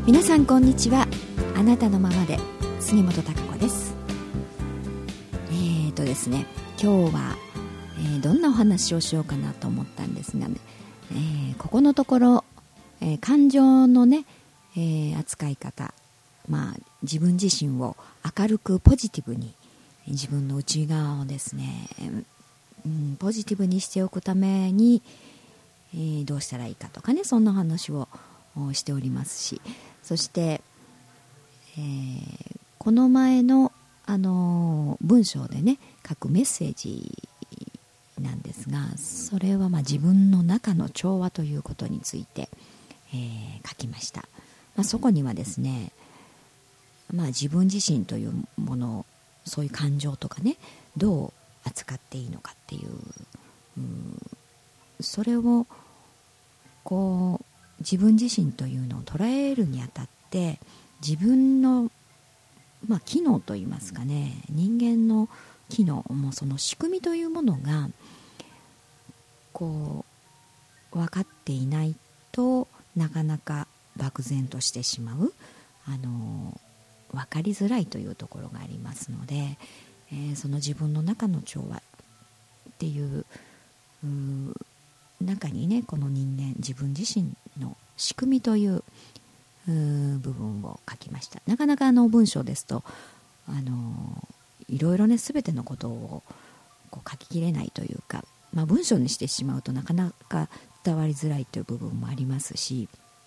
皆さんこんにちは。あなたのままで杉本孝子です。ですね、今日は、どんなお話をしようかなと思ったんですがね、ここのところ、感情のね、扱い方、自分自身を明るくポジティブに、自分の内側をですね、ポジティブにしておくために、どうしたらいいかとかね、そんな話をしておりますし、そして、この前の文章でね書くメッセージなんですが、それは自分の中の調和ということについて、書きました。そこにはですね、自分自身というものを、そういう感情とかね、どう扱っていいのかっていう、それをこう自分自身というのを捉えるにあたって、自分の機能といいますかね、人間の機能もその仕組みというものがこう分かっていないと、なかなか漠然としてしまう、分かりづらいというところがありますので、その自分の中の調和っていう中にね、この人間自分自身の仕組みという部分を書きました。なかなか文章ですといろいろね、全てのことをこう書ききれないというか、文章にしてしまうとなかなか伝わりづらいという部分もありますし、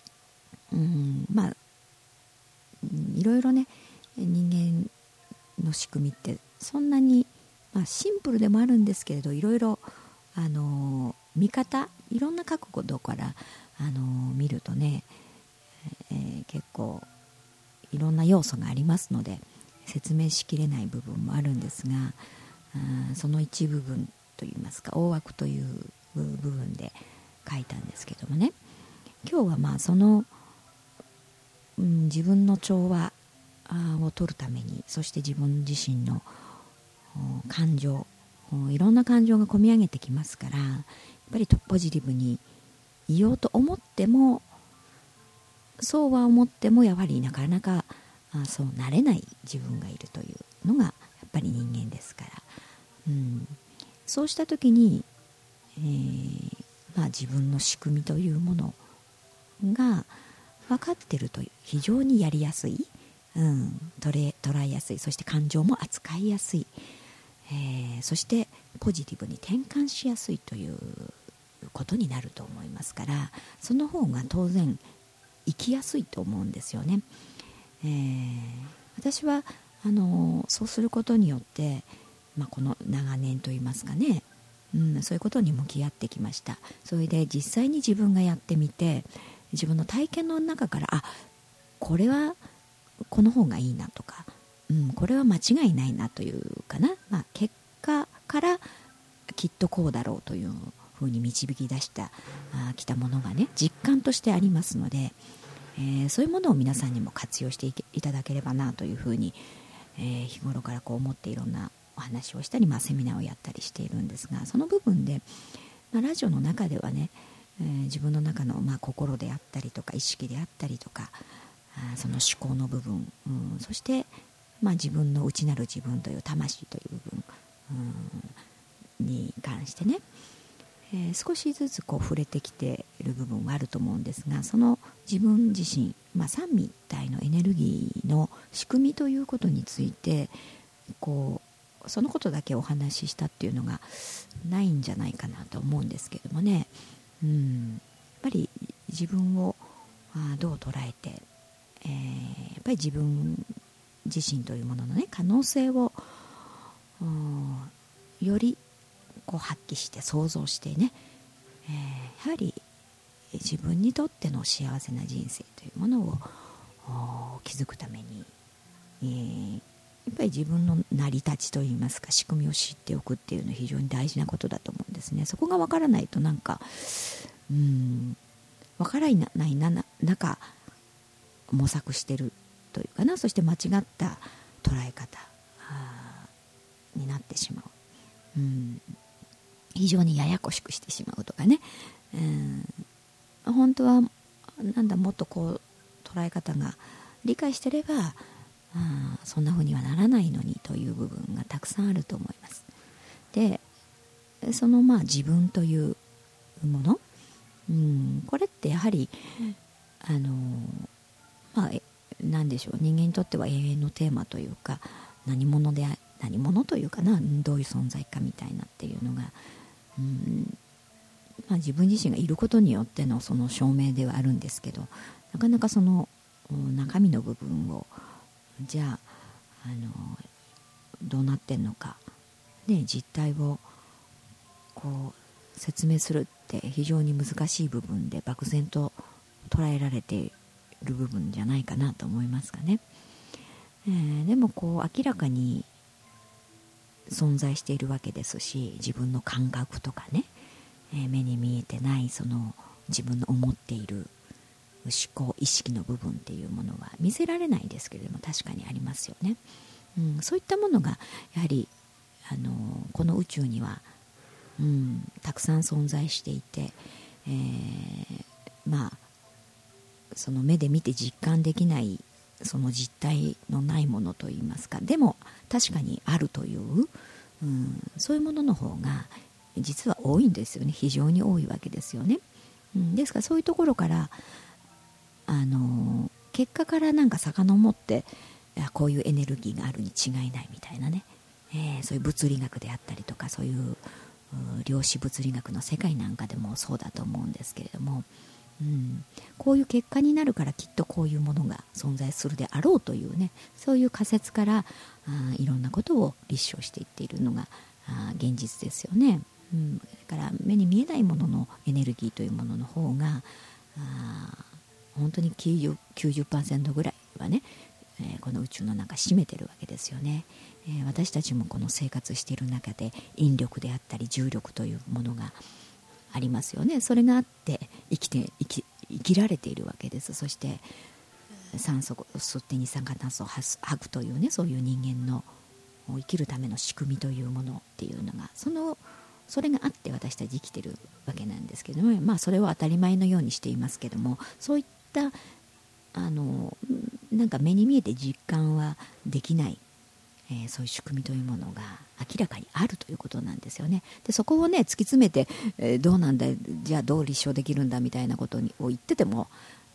いろいろね、人間の仕組みってそんなに、シンプルでもあるんですけれど、いろいろ見方、いろんな角度から見るとね、結構いろんな要素がありますので説明しきれない部分もあるんですが、その一部分といいますか、大枠という部分で書いたんですけどもね、今日はその、自分の調和を取るために、そして自分自身の感情、いろんな感情が込み上げてきますから、やっぱりポジティブにいようと思っても、そうは思ってもやはりなかなかそうなれない自分がいるというのがやっぱり人間ですから、そうした時に、自分の仕組みというものが分かっていると非常にやりやすい、捉えやすい、そして感情も扱いやすい、そしてポジティブに転換しやすいということになると思いますから、その方が当然生きやすいと思うんですよね。私はそうすることによって、この長年といいますかね、そういうことに向き合ってきました。それで実際に自分がやってみて、自分の体験の中から、これはこの方がいいなとか、これは間違いないなというかな、結果からきっとこうだろうというふうに導き出したきたものがね、実感としてありますので、そういうものを皆さんにも活用していただければなというふうに、日頃からこう思っていろんなお話をしたり、セミナーをやったりしているんですが、その部分で、ラジオの中ではね、自分の中の心であったりとか意識であったりとか、その思考の部分、そして、自分の内なる自分という魂という部分、に関してね、少しずつこう触れてきている部分はあると思うんですが、その自分自身、三位一体のエネルギーの仕組みということについて、こうそのことだけお話ししたっていうのがないんじゃないかなと思うんですけどもね、やっぱり自分をどう捉えて、やっぱり自分自身というもののね、可能性をよりこう発揮して想像してね、やはり自分にとっての幸せな人生というものを築くために、やっぱり自分の成り立ちといいますか、仕組みを知っておくっていうのは非常に大事なことだと思うんですね。そこが分からないと分からない中模索してるというかな、そして間違った捉え方になってしまう、非常にややこしくしてしまうとかね、本当はもっとこう捉え方が理解してれば、そんな風にはならないのにという部分がたくさんあると思います。で、その自分というもの、これってやはり何でしょう、人間にとっては永遠のテーマというか、何者というかな、どういう存在かみたいなっていうのが、自分自身がいることによってのその証明ではあるんですけど、なかなかその中身の部分をじゃあ、どうなってんのか、ね、実態をこう説明するって非常に難しい部分で、漠然と捉えられている部分じゃないかなと思いますがね。でもこう明らかに存在しているわけですし、自分の感覚とかね、目に見えてないその自分の思っている思考意識の部分っていうものは見せられないですけれども、確かにありますよね。そういったものがやはりこの宇宙には、たくさん存在していて、その目で見て実感できないその実体のないものといいますか、でも確かにあるという、そういうものの方が実は多いんですよね。非常に多いわけですよね。ですからそういうところから結果からなんか遡って、こういうエネルギーがあるに違いないみたいなね、そういう物理学であったりとか、そういう量子物理学の世界なんかでもそうだと思うんですけれども、こういう結果になるからきっとこういうものが存在するであろうというね、そういう仮説からいろんなことを立証していっているのが現実ですよね。だから目に見えないもののエネルギーというものの方が本当に 90% ぐらいはね、この宇宙の中占めてるわけですよね。私たちもこの生活している中で引力であったり重力というものがありますよね。それがあって生きられているわけです。そして酸素を吸って二酸化炭素を吐くというね、そういう人間の生きるための仕組みというものっていうのが、それがあって私たち生きてるわけなんですけども、それを当たり前のようにしていますけども、そういったなんか目に見えて実感はできない、そういう仕組みというものが明らかにあるということなんですよね。でそこをね突き詰めて、どうなんだ、じゃあどう立証できるんだみたいなことを言ってても、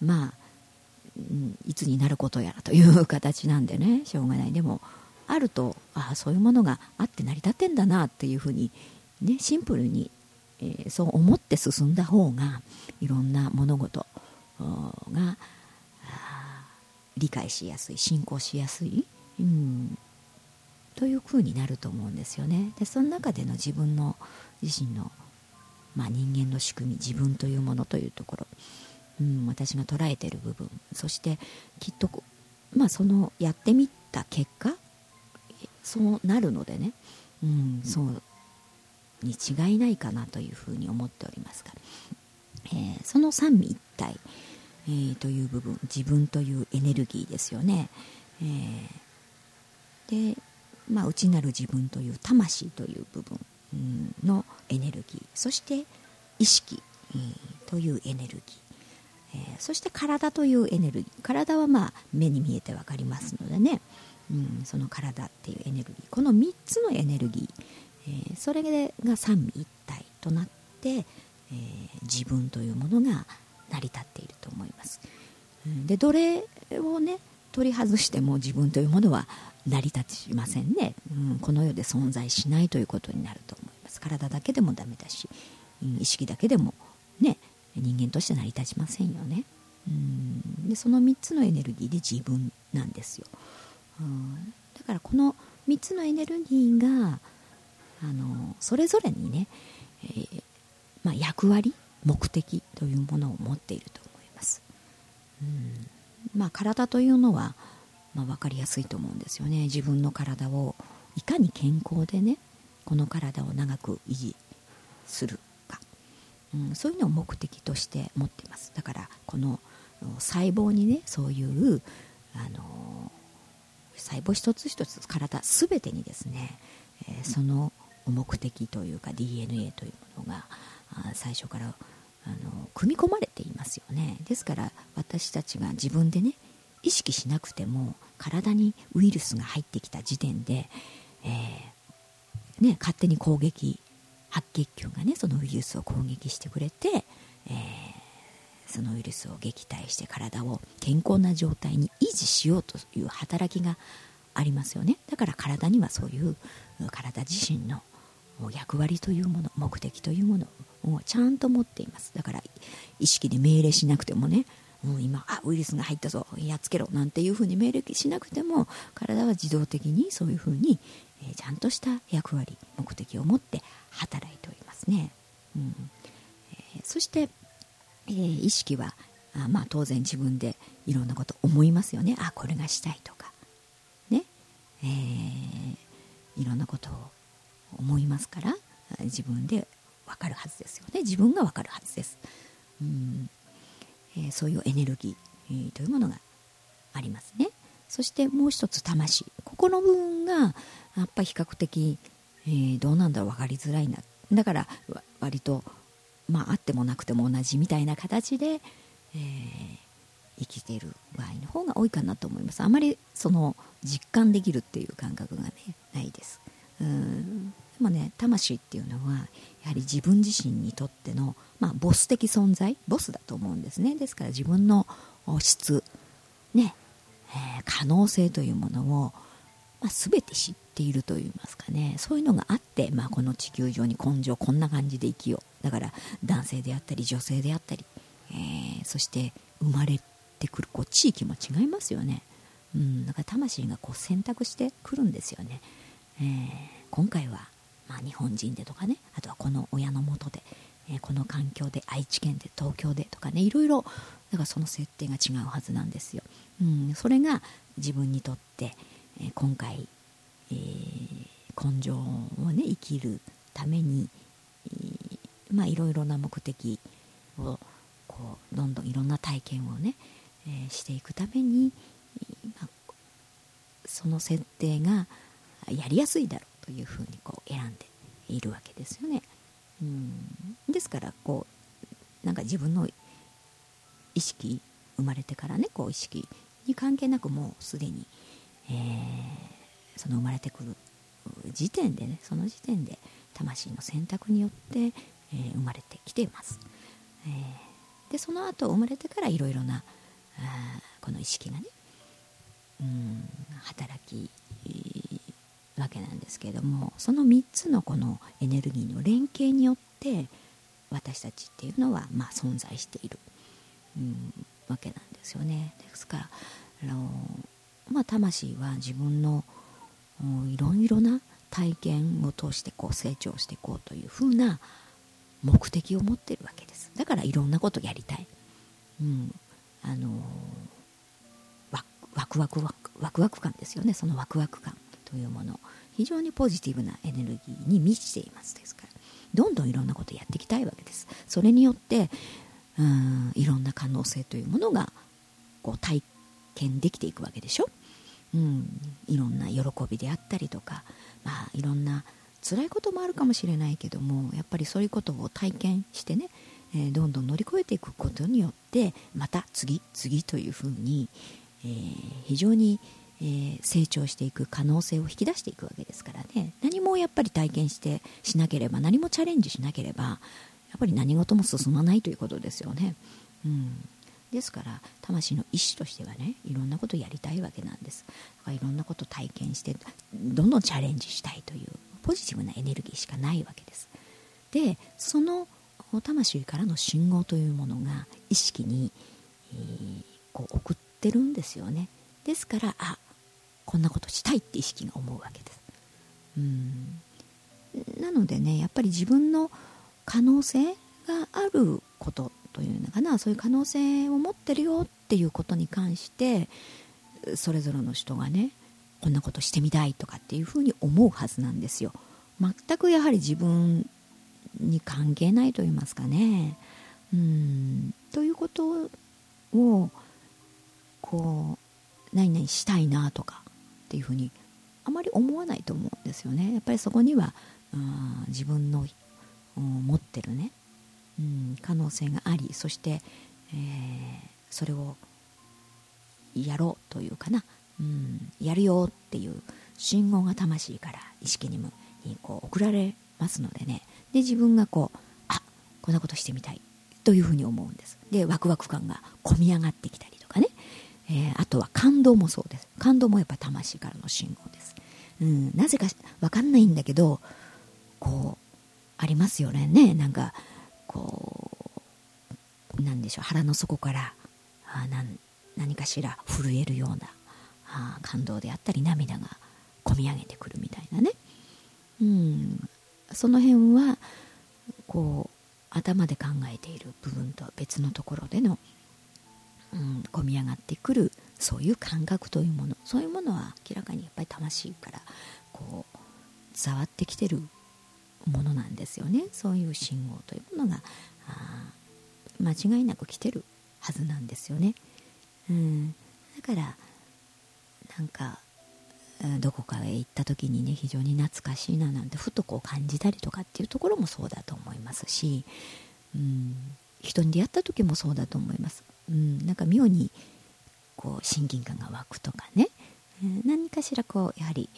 いつになることやらという形なんでね、しょうがない。でもあると、そういうものがあって成り立ってんだなっていうふうにね、シンプルに、そう思って進んだ方がいろんな物事が理解しやすい、進行しやすい、という風になると思うんですよね。でその中での自分の自身の、人間の仕組み、自分というものというところ、私が捉えている部分、そしてきっとそのやってみた結果そうなるのでね、そうに違いないかなというふうに思っておりますが、その三位一体、という部分、自分というエネルギーですよね。で、内なる自分という魂という部分のエネルギー、そして意識、というエネルギー、そして体というエネルギー。体は目に見えて分かりますのでね、その体っていうエネルギー、この3つのエネルギー、それが三位一体となって、自分というものが成り立っていると思います。でどれをね取り外しても自分というものは成り立ちませんね。この世で存在しないということになると思います。体だけでもダメだし、意識だけでもね人間として成り立ちませんよね。でその3つのエネルギーで自分なんですよ。だからこの3つのエネルギーがそれぞれにね、役割、目的というものを持っていると思います。体というのは、分かりやすいと思うんですよね。自分の体をいかに健康でね、この体を長く維持するか、そういうのを目的として持っています。だからこの細胞にね、そういう細胞一つ一つ、体すべてにですね、その目的というか DNA というものが最初から組み込まれていますよね。ですから私たちが自分でね意識しなくても体にウイルスが入ってきた時点で、勝手に白血球がねそのウイルスを攻撃してくれて、そのウイルスを撃退して体を健康な状態に維持しようという働きがありますよね。だから体にはそういう体自身の役割というもの、目的というものをちゃんと持っています。だから意識で命令しなくてもね、今ウイルスが入ったぞやっつけろなんていうふうに命令しなくても体は自動的にそういうふうに、ちゃんとした役割目的を持って働いておりますね。そして、意識は当然自分でいろんなこと思いますよね。これがしたいとかね、いろんなことを思いますから自分で分かるはずですよね。自分が分かるはずです。そういうエネルギー、というものがありますね。そしてもう一つ魂、ここの部分がやっぱり比較的、どうなんだろう分かりづらいな。だから割とあってもなくても同じみたいな形で、生きている場合の方が多いかなと思います。あまりその実感できるっていう感覚がねないです。でもね、魂っていうのはやはり自分自身にとっての、ボス的存在、ボスだと思うんですね。ですから自分の質ね、可能性というものを、全て知っているといいますかね、そういうのがあって、この地球上に根性こんな感じで生きよう。だから男性であったり女性であったり、そして生まれてくる地域も違いますよね。だから魂が選択してくるんですよね。今回は日本人でとかね、あとはこの親の元で、この環境で愛知県で東京でとかね、いろいろだからその設定が違うはずなんですよ。それが自分にとって、今回、根性をね生きるために、いろいろな目的をどんどんいろんな体験をね、していくために、その設定がやりやすいだろうというふうに選んでいるわけですよね。ですからなんか自分の意識、生まれてからね意識に関係なくもうすでに、その生まれてくる時点でね、その時点で魂の選択によって、生まれてきています。でその後生まれてからいろいろなこの意識がね、働きわけなんですけれども、その3つのこのエネルギーの連携によって私たちっていうのは存在している、わけなんですよね。ですから魂は自分のいろいろな体験を通して成長していこうというふうな目的を持っているわけです。だからいろんなことやりたい、ワクワク感ですよね。そのワクワク感というもの、非常にポジティブなエネルギーに満ちています。ですからどんどんいろんなことやっていきたいわけです。それによっていろんな可能性というものが体験できていくわけでしょ。いろんな喜びであったりとか、いろんな辛いこともあるかもしれないけども、やっぱりそういうことを体験してね、どんどん乗り越えていくことによってまた次というふうに、非常に、成長していく可能性を引き出していくわけですからね。何もやっぱり体験しなければ、何もチャレンジしなければやっぱり何事も進まないということですよね。ですから魂の意志としてはね、いろんなことをやりたいわけなんです。だからいろんなことを体験してどんどんチャレンジしたいというポジティブなエネルギーしかないわけです。でその魂からの信号というものが意識に、送ってるんですよね。ですからこんなことしたいって意識が思うわけです。なのでね、やっぱり自分の可能性があることというのかな、そういう可能性を持ってるよっていうことに関してそれぞれの人がね、こんなことしてみたいとかっていうふうに思うはずなんですよ。全くやはり自分に関係ないと言いますかね。ということを何々したいなとかっていうふうにあまり思わないと思うんですよね。やっぱりそこには自分の持ってるね可能性があり、そして、それをやろうというかな、やるよっていう信号が魂から意識にこう送られますのでね。で自分がこうこんなことしてみたいというふうに思うんです。でワクワク感がこみ上がってきたりとかね、あとは感動もそうです。感動もやっぱ魂からの信号です。なぜか分かんないんだけどこうありますよね。なんかこうなんでしょう、腹の底から何かしら震えるような感動であったり涙がこみ上げてくるみたいなね。その辺はこう頭で考えている部分とは別のところでの、こみ上がってくるそういう感覚というもの、そういうものは明らかにやっぱり魂からこう伝わってきてるものなんですよね。そういう信号というものが間違いなく来てるはずなんですよね。だからなんかどこかへ行った時にね、非常に懐かしいななんてふとこう感じたりとかっていうところもそうだと思いますし、人に出会った時もそうだと思います。なんか妙にこう親近感が湧くとかね、何かしらこうやはり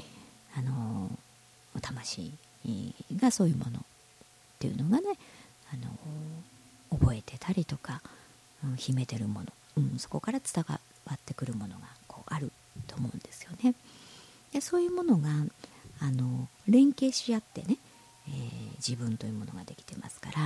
魂がそういうものっていうのがね、覚えてたりとか、秘めてるもの、そこから伝わってくるものがこうあると思うんですよね。でそういうものが連携し合ってね、自分というものができてますから、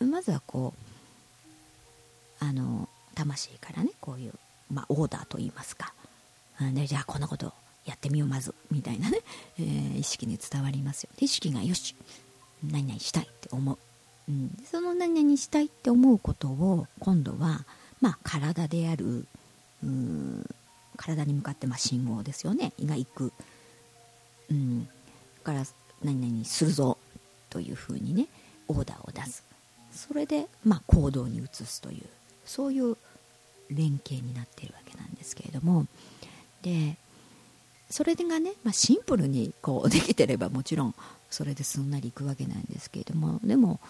まずはこう魂からねこういう、オーダーといいますか、でじゃあこんなことやってみようまずみたいなね、意識に伝わりますよ。で意識がよし何々したいって思う、その何々したいって思うことを今度は、体である体に向かって信号ですよねが行く、だから何々するぞというふうにねオーダーを出す。それで、行動に移すというそういう連携になっているわけなんですけれども、でそれがね、シンプルにこうできてればもちろんそれですんなりいくわけなんですけれども、でも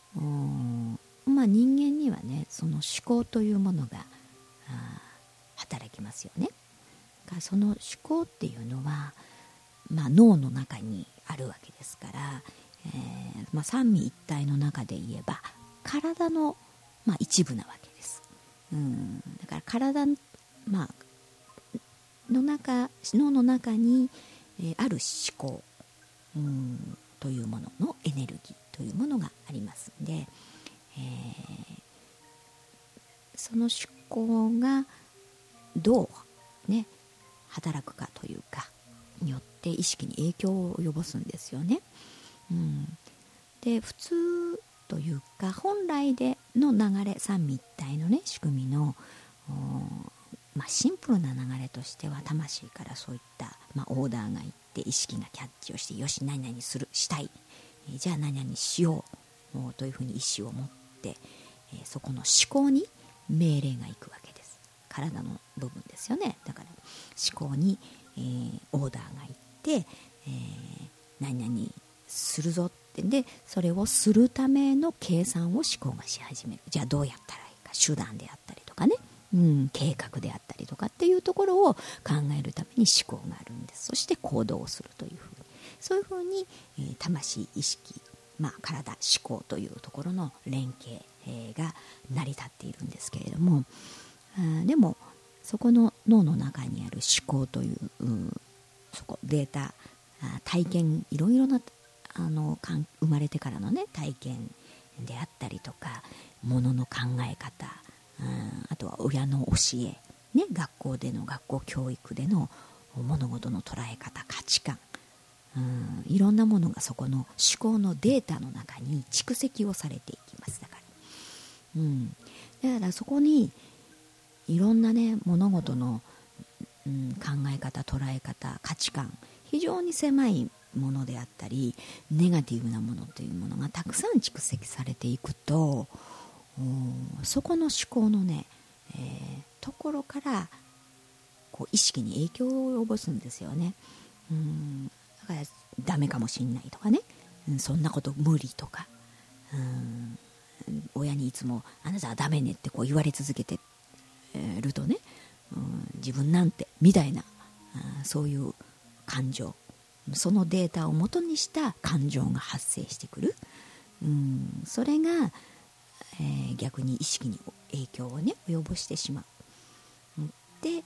人間にはねその思考というものが働きますよね。その思考っていうのは、脳の中にあるわけですから、三位一体の中で言えば体の、一部なわけです。だから体、脳の中に、ある思考、というもののエネルギーというものがありますので、その思考がどうね働くかというかによって意識に影響を及ぼすんですよね。で普通というか本来での流れ、三位一体のね仕組みのシンプルな流れとしては魂からそういった、オーダーがいって意識がキャッチをしてよし何々したい、じゃあ何々しようというふうに意思を持って、そこの思考に命令がいくわけです。体の部分ですよね。だから思考に、オーダーがいって、何々するぞってでそれをするための計算を思考がし始める。じゃあどうやったらいいか、手段であったりとかね、計画であったりとかっていうところを考えるために思考があるんです。そして行動をするというふうに、そういうふうに、魂、意識、体、思考というところの連携、が成り立っているんですけれども、でもそこの脳の中にある思考という、そこデータ、体験、いろいろな生まれてからのね体験であったりとか、ものの考え方、あとは親の教え、ね、学校教育での物事の捉え方、価値観、いろんなものがそこの思考のデータの中に蓄積をされていきます。だからそこにいろんなね物事の、考え方、捉え方、価値観、非常に狭いものであったりネガティブなものというものがたくさん蓄積されていくと、そこの思考のね、ところからこう意識に影響を及ぼすんですよね。だからダメかもしんないとかね、そんなこと無理とか、 親にいつもあなたはダメねってこう言われ続けてるとね、自分なんてみたいなそういう感情、そのデータを元にした感情が発生してくる。それが、逆に意識に影響をね及ぼしてしまう。で、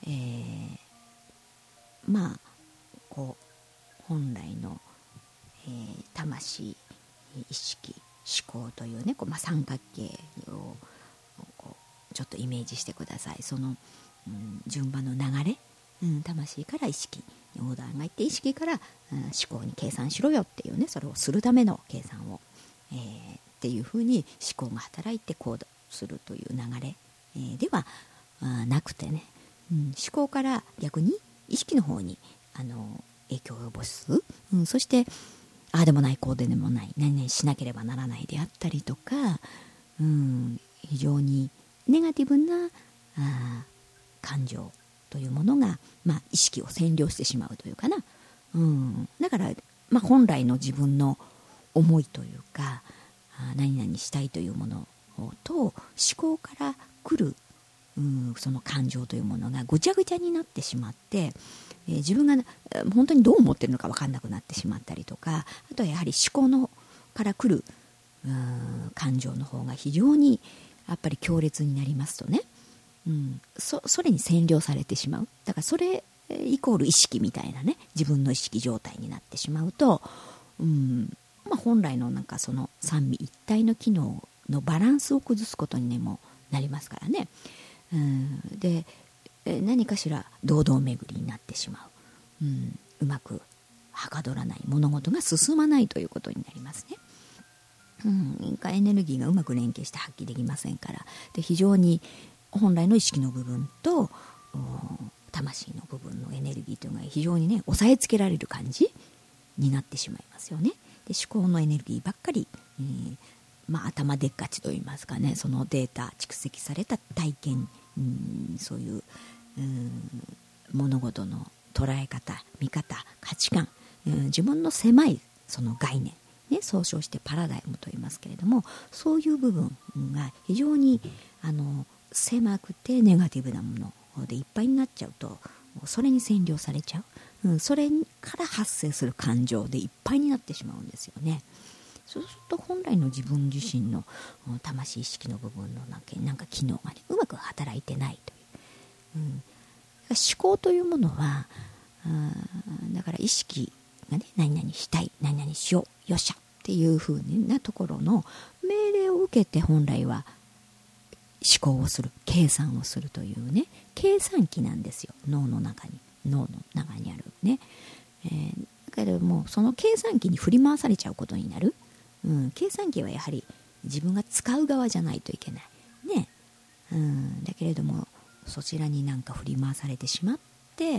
まあこう本来の、魂、意識、思考というね三角形をこうちょっとイメージしてください。その、順番の流れ、魂から意識にオーダーがいって、意識から、思考に計算しろよっていうね、それをするための計算を、っていうふうに思考が働いて行動するという流れ、ではなくてね、思考から逆に意識の方に影響を及ぼす、そしてああでもないこうでもない何々しなければならないであったりとか、非常にネガティブな感情というものが、意識を占領してしまうというかな、だから、本来の自分の思いというか何々したいというものと思考から来るその感情というものがぐちゃぐちゃになってしまって、自分が本当にどう思ってるのか分かんなくなってしまったりとか、あとはやはり思考から来る感情の方が非常にやっぱり強烈になりますとね、それに占領されてしまう。だからそれイコール意識みたいなね、自分の意識状態になってしまうと、本来のなんかその三位一体の機能のバランスを崩すことにもなりますからね。で何かしら堂々巡りになってしまう、うまくはかどらない、物事が進まないということになりますね。エネルギーがうまく連携して発揮できませんから、で非常に本来の意識の部分と魂の部分のエネルギーというのが非常にね抑えつけられる感じになってしまいますよね。で思考のエネルギーばっかり、頭でっかちといいますかね、そのデータ蓄積された体験、そういう物事の捉え方、見方、価値観、自分の狭いその概念、総称してパラダイムと言いますけれども、そういう部分が非常に狭くてネガティブなものでいっぱいになっちゃうと、それに占領されちゃう、それから発生する感情でいっぱいになってしまうんですよね。そうすると本来の自分自身の魂意識の部分のなんか機能が、うまく働いてないという、思考というものはだから意識がね、何々したい、何々しよう、よっしゃっていう風なところの命令を受けて本来は思考をする、計算をするというね、計算機なんですよ、脳の中にあるね。だけどもその計算機に振り回されちゃうことになる。計算機はやはり自分が使う側じゃないといけないね。だけれどもそちらになんか振り回されてしまって、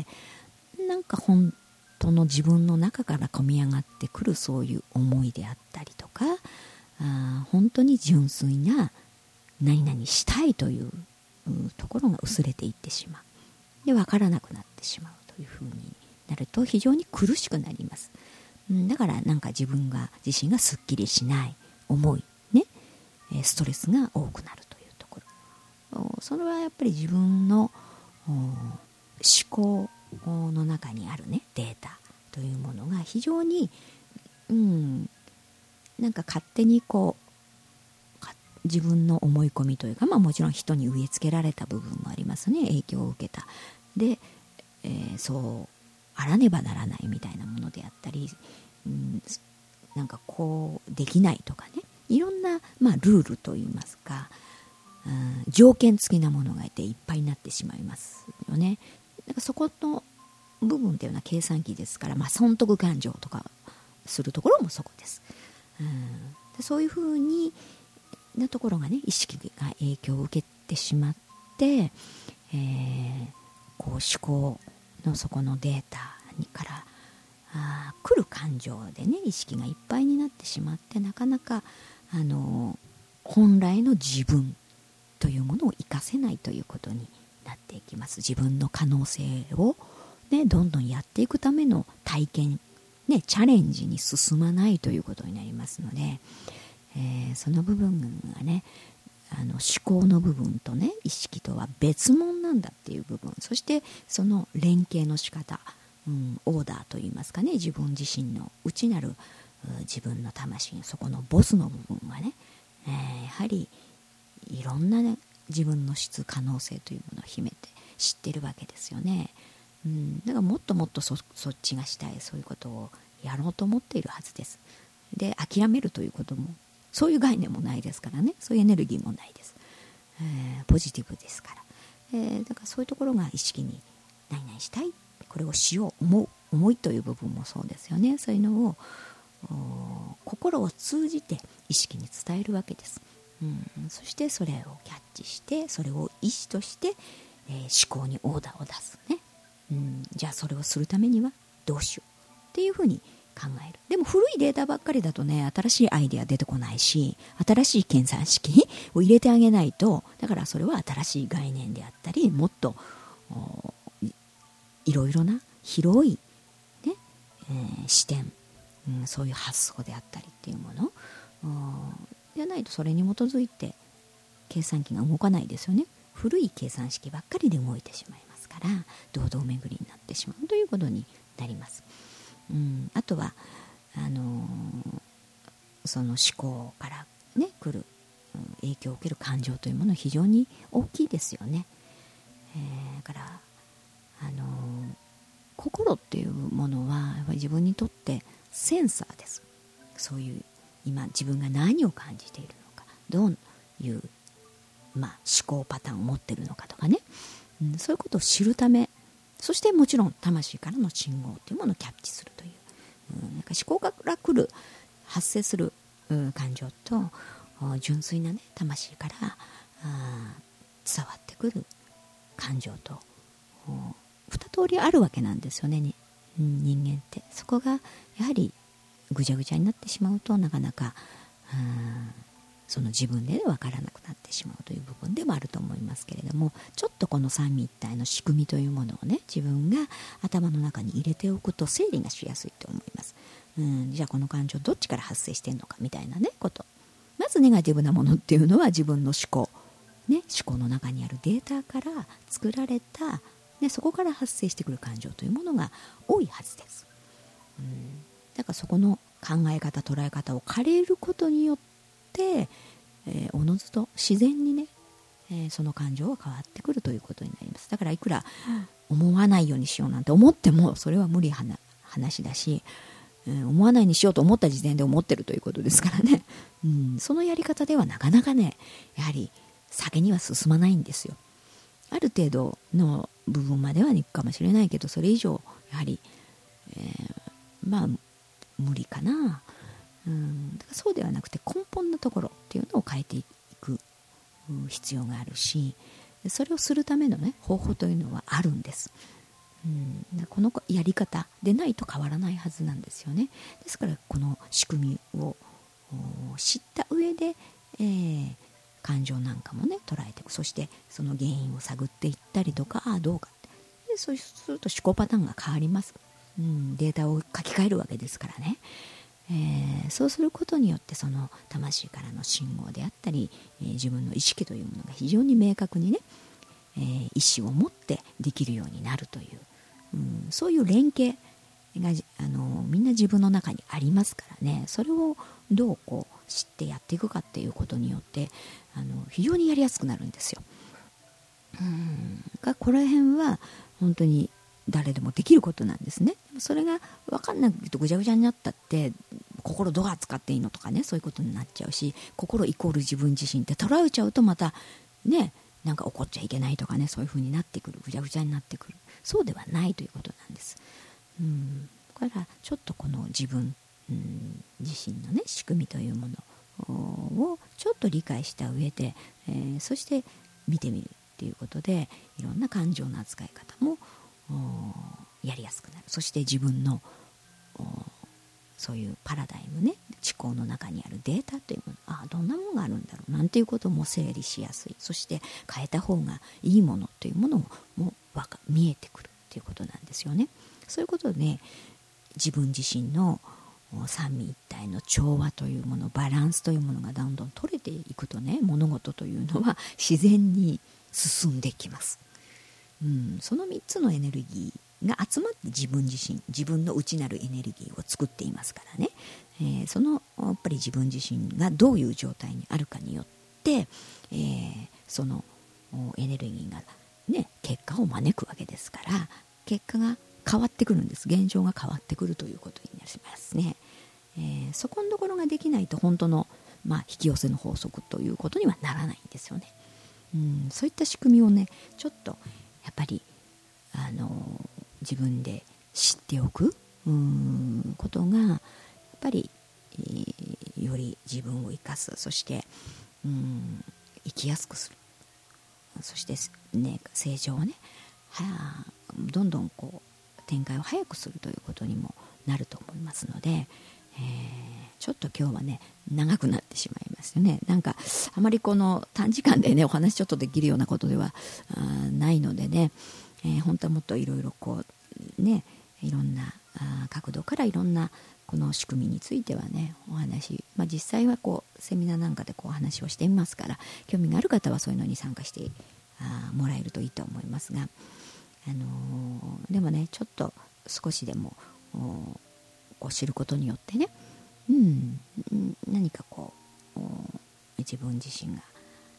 なんか本当の自分の中から込み上がってくるそういう思いであったりとか、本当に純粋な何々したいというところが薄れていってしまう。で分からなくなってしまうというふうになると非常に苦しくなります。だからなんか自分自身がすっきりしない思いね、ストレスが多くなるというところ、それはやっぱり自分の思考の中にあるねデータというものが非常に、なんか勝手にこう自分の思い込みというか、もちろん人に植え付けられた部分もありますね。影響を受けたで、そうあらねばならないみたいなものであったり、なんかこうできないとかね、いろんな、ルールといいますか、条件付きなものがいていっぱいになってしまいますよね。だからそこの部分っていうのは計算機ですから、損得感情とかするところもそこです。でそういうふうになところがね、意識が影響を受けてしまって、こう思考のそこのデータから来る感情でね、意識がいっぱいになってしまって、なかなか本来の自分というものを生かせないということになっていきます。自分の可能性を、ね、どんどんやっていくための体験、チャレンジに進まないということになりますので、 その部分がね、思考の部分とね、意識とは別物なんだっていう部分、そしてその連携の仕方、オーダーといいますかね、自分自身の内なる自分の魂、そこのボスの部分はね、やはりいろんな、ね、自分の質、可能性というものを秘めて知ってるわけですよね。だからもっともっと そっちがしたい、そういうことをやろうと思っているはずです。で、諦めるということも、そういう概念もないですからね、そういうエネルギーもないです。ポジティブですから、だからそういうところが意識に何々したい、これをしよう、思いという部分もそうですよね。そういうのを心を通じて意識に伝えるわけです。そしてそれをキャッチして、それを意思として、思考にオーダーを出すね。じゃあそれをするためにはどうしようっていうふうに考える。でも古いデータばっかりだとね、新しいアイデア出てこないし、新しい計算式を入れてあげないと、だからそれは新しい概念であったり、もっといろいろな広い、ね視点、そういう発想であったりっていうものじゃないと、それに基づいて計算機が動かないですよね。古い計算式ばっかりで動いてしまいますから、堂々巡りになってしまうということになります。あとはその思考からね来る、影響を受ける感情というものは非常に大きいですよね。だから心っていうものはやっぱり自分にとってセンサーです。そういう今自分が何を感じているのか、どういう、思考パターンを持っているのかとかね、そういうことを知るため、そしてもちろん魂からの信号というものをキャッチするという、なんか思考から来る発生する感情と純粋なね魂から伝わってくる感情と二通りあるわけなんですよね、人間って。そこがやはりぐちゃぐちゃになってしまうと、なかなかその自分で分からなくなってしまうという部分でもあると思いますけれども、ちょっとこの三位一体の仕組みというものをね、自分が頭の中に入れておくと整理がしやすいと思います。じゃあこの感情どっちから発生してんのかみたいなねこと。まずネガティブなものっていうのは自分の思考、思考の中にあるデータから作られた、そこから発生してくる感情というものが多いはずです。だからそこの考え方、捉え方を変えることによって、おのずと自然にね、その感情は変わってくるということになります。だからいくら思わないようにしようなんて思ってもそれは無理な話だし、思わないにしようと思った時点で思ってるということですからね、そのやり方ではなかなかね、やはり先には進まないんですよ。ある程度の部分まではいくかもしれないけど、それ以上やはり、無理かな。だからそうではなくて根本のところっていうのを変えていく必要があるし、それをするためのね方法というのはあるんです。このやり方でないと変わらないはずなんですよね。ですからこの仕組みを知った上で、感情なんかもね捉えていく、そしてその原因を探っていったりとか、どうかで、そうすると思考パターンが変わります。データを書き換えるわけですからね。そうすることによってその魂からの信号であったり、自分の意識というものが非常に明確にね、意思を持ってできるようになるという、そういう連携がみんな自分の中にありますからね。それをどう知ってやっていくかっていうことによって非常にやりやすくなるんですよ。ここら辺は本当に誰でもできることなんですね。それが分かんなくてぐちゃぐちゃになったって、心どう扱っていいのとかね、そういうことになっちゃうし、心イコール自分自身って捉えちゃうとまたね、なんか怒っちゃいけないとかね、そういう風になってくる、ぐちゃぐちゃになってくる。そうではないということなんです。だからちょっとこの自分、自身のね仕組みというものをちょっと理解した上で、そして見てみるっていうことで、いろんな感情の扱い方もやりやすくなる。そして自分のそういうパラダイムね、思考の中にあるデータというもの、どんなものがあるんだろうなんていうことも整理しやすい。そして変えた方がいいものというものも見えてくるということなんですよね。そういうことで、自分自身の三位一体の調和というもの、バランスというものがどんどん取れていくとね、物事というのは自然に進んできます。その3つのエネルギーが集まって自分自身、自分の内なるエネルギーを作っていますからね、そのやっぱり自分自身がどういう状態にあるかによって、そのエネルギーがね、結果を招くわけですから、結果が変わってくるんです。現状が変わってくるということになりますね。そこのところができないと本当の、引き寄せの法則ということにはならないんですよね。そういった仕組みをね、ちょっとやっぱり自分で知っておくことがやっぱり、より自分を生かす、そして生きやすくする、そしてね、成長をね、どんどん展開を早くするということにもなると思いますので、ちょっと今日はね長くなってしまいますよね。なんかあまりこの短時間でねお話ちょっとできるようなことではないのでね、本当はもっといろいろね、いろんな角度からいろんなこの仕組みについてはねお話、実際はセミナーなんかでお話をしていますから、興味がある方はそういうのに参加してもらえるといいと思いますが、でもね、ちょっと少しでも知ることによってね、何か自分自身が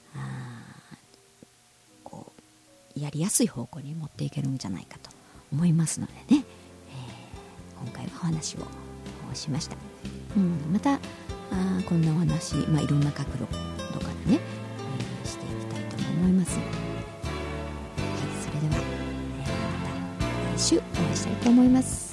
やりやすい方向に持っていけるんじゃないかと思いますのでね、今回はお話をしました。またこんなお話、いろんな角度からね、していきたいと思いますので、それでは、また来週お会いしたいと思います。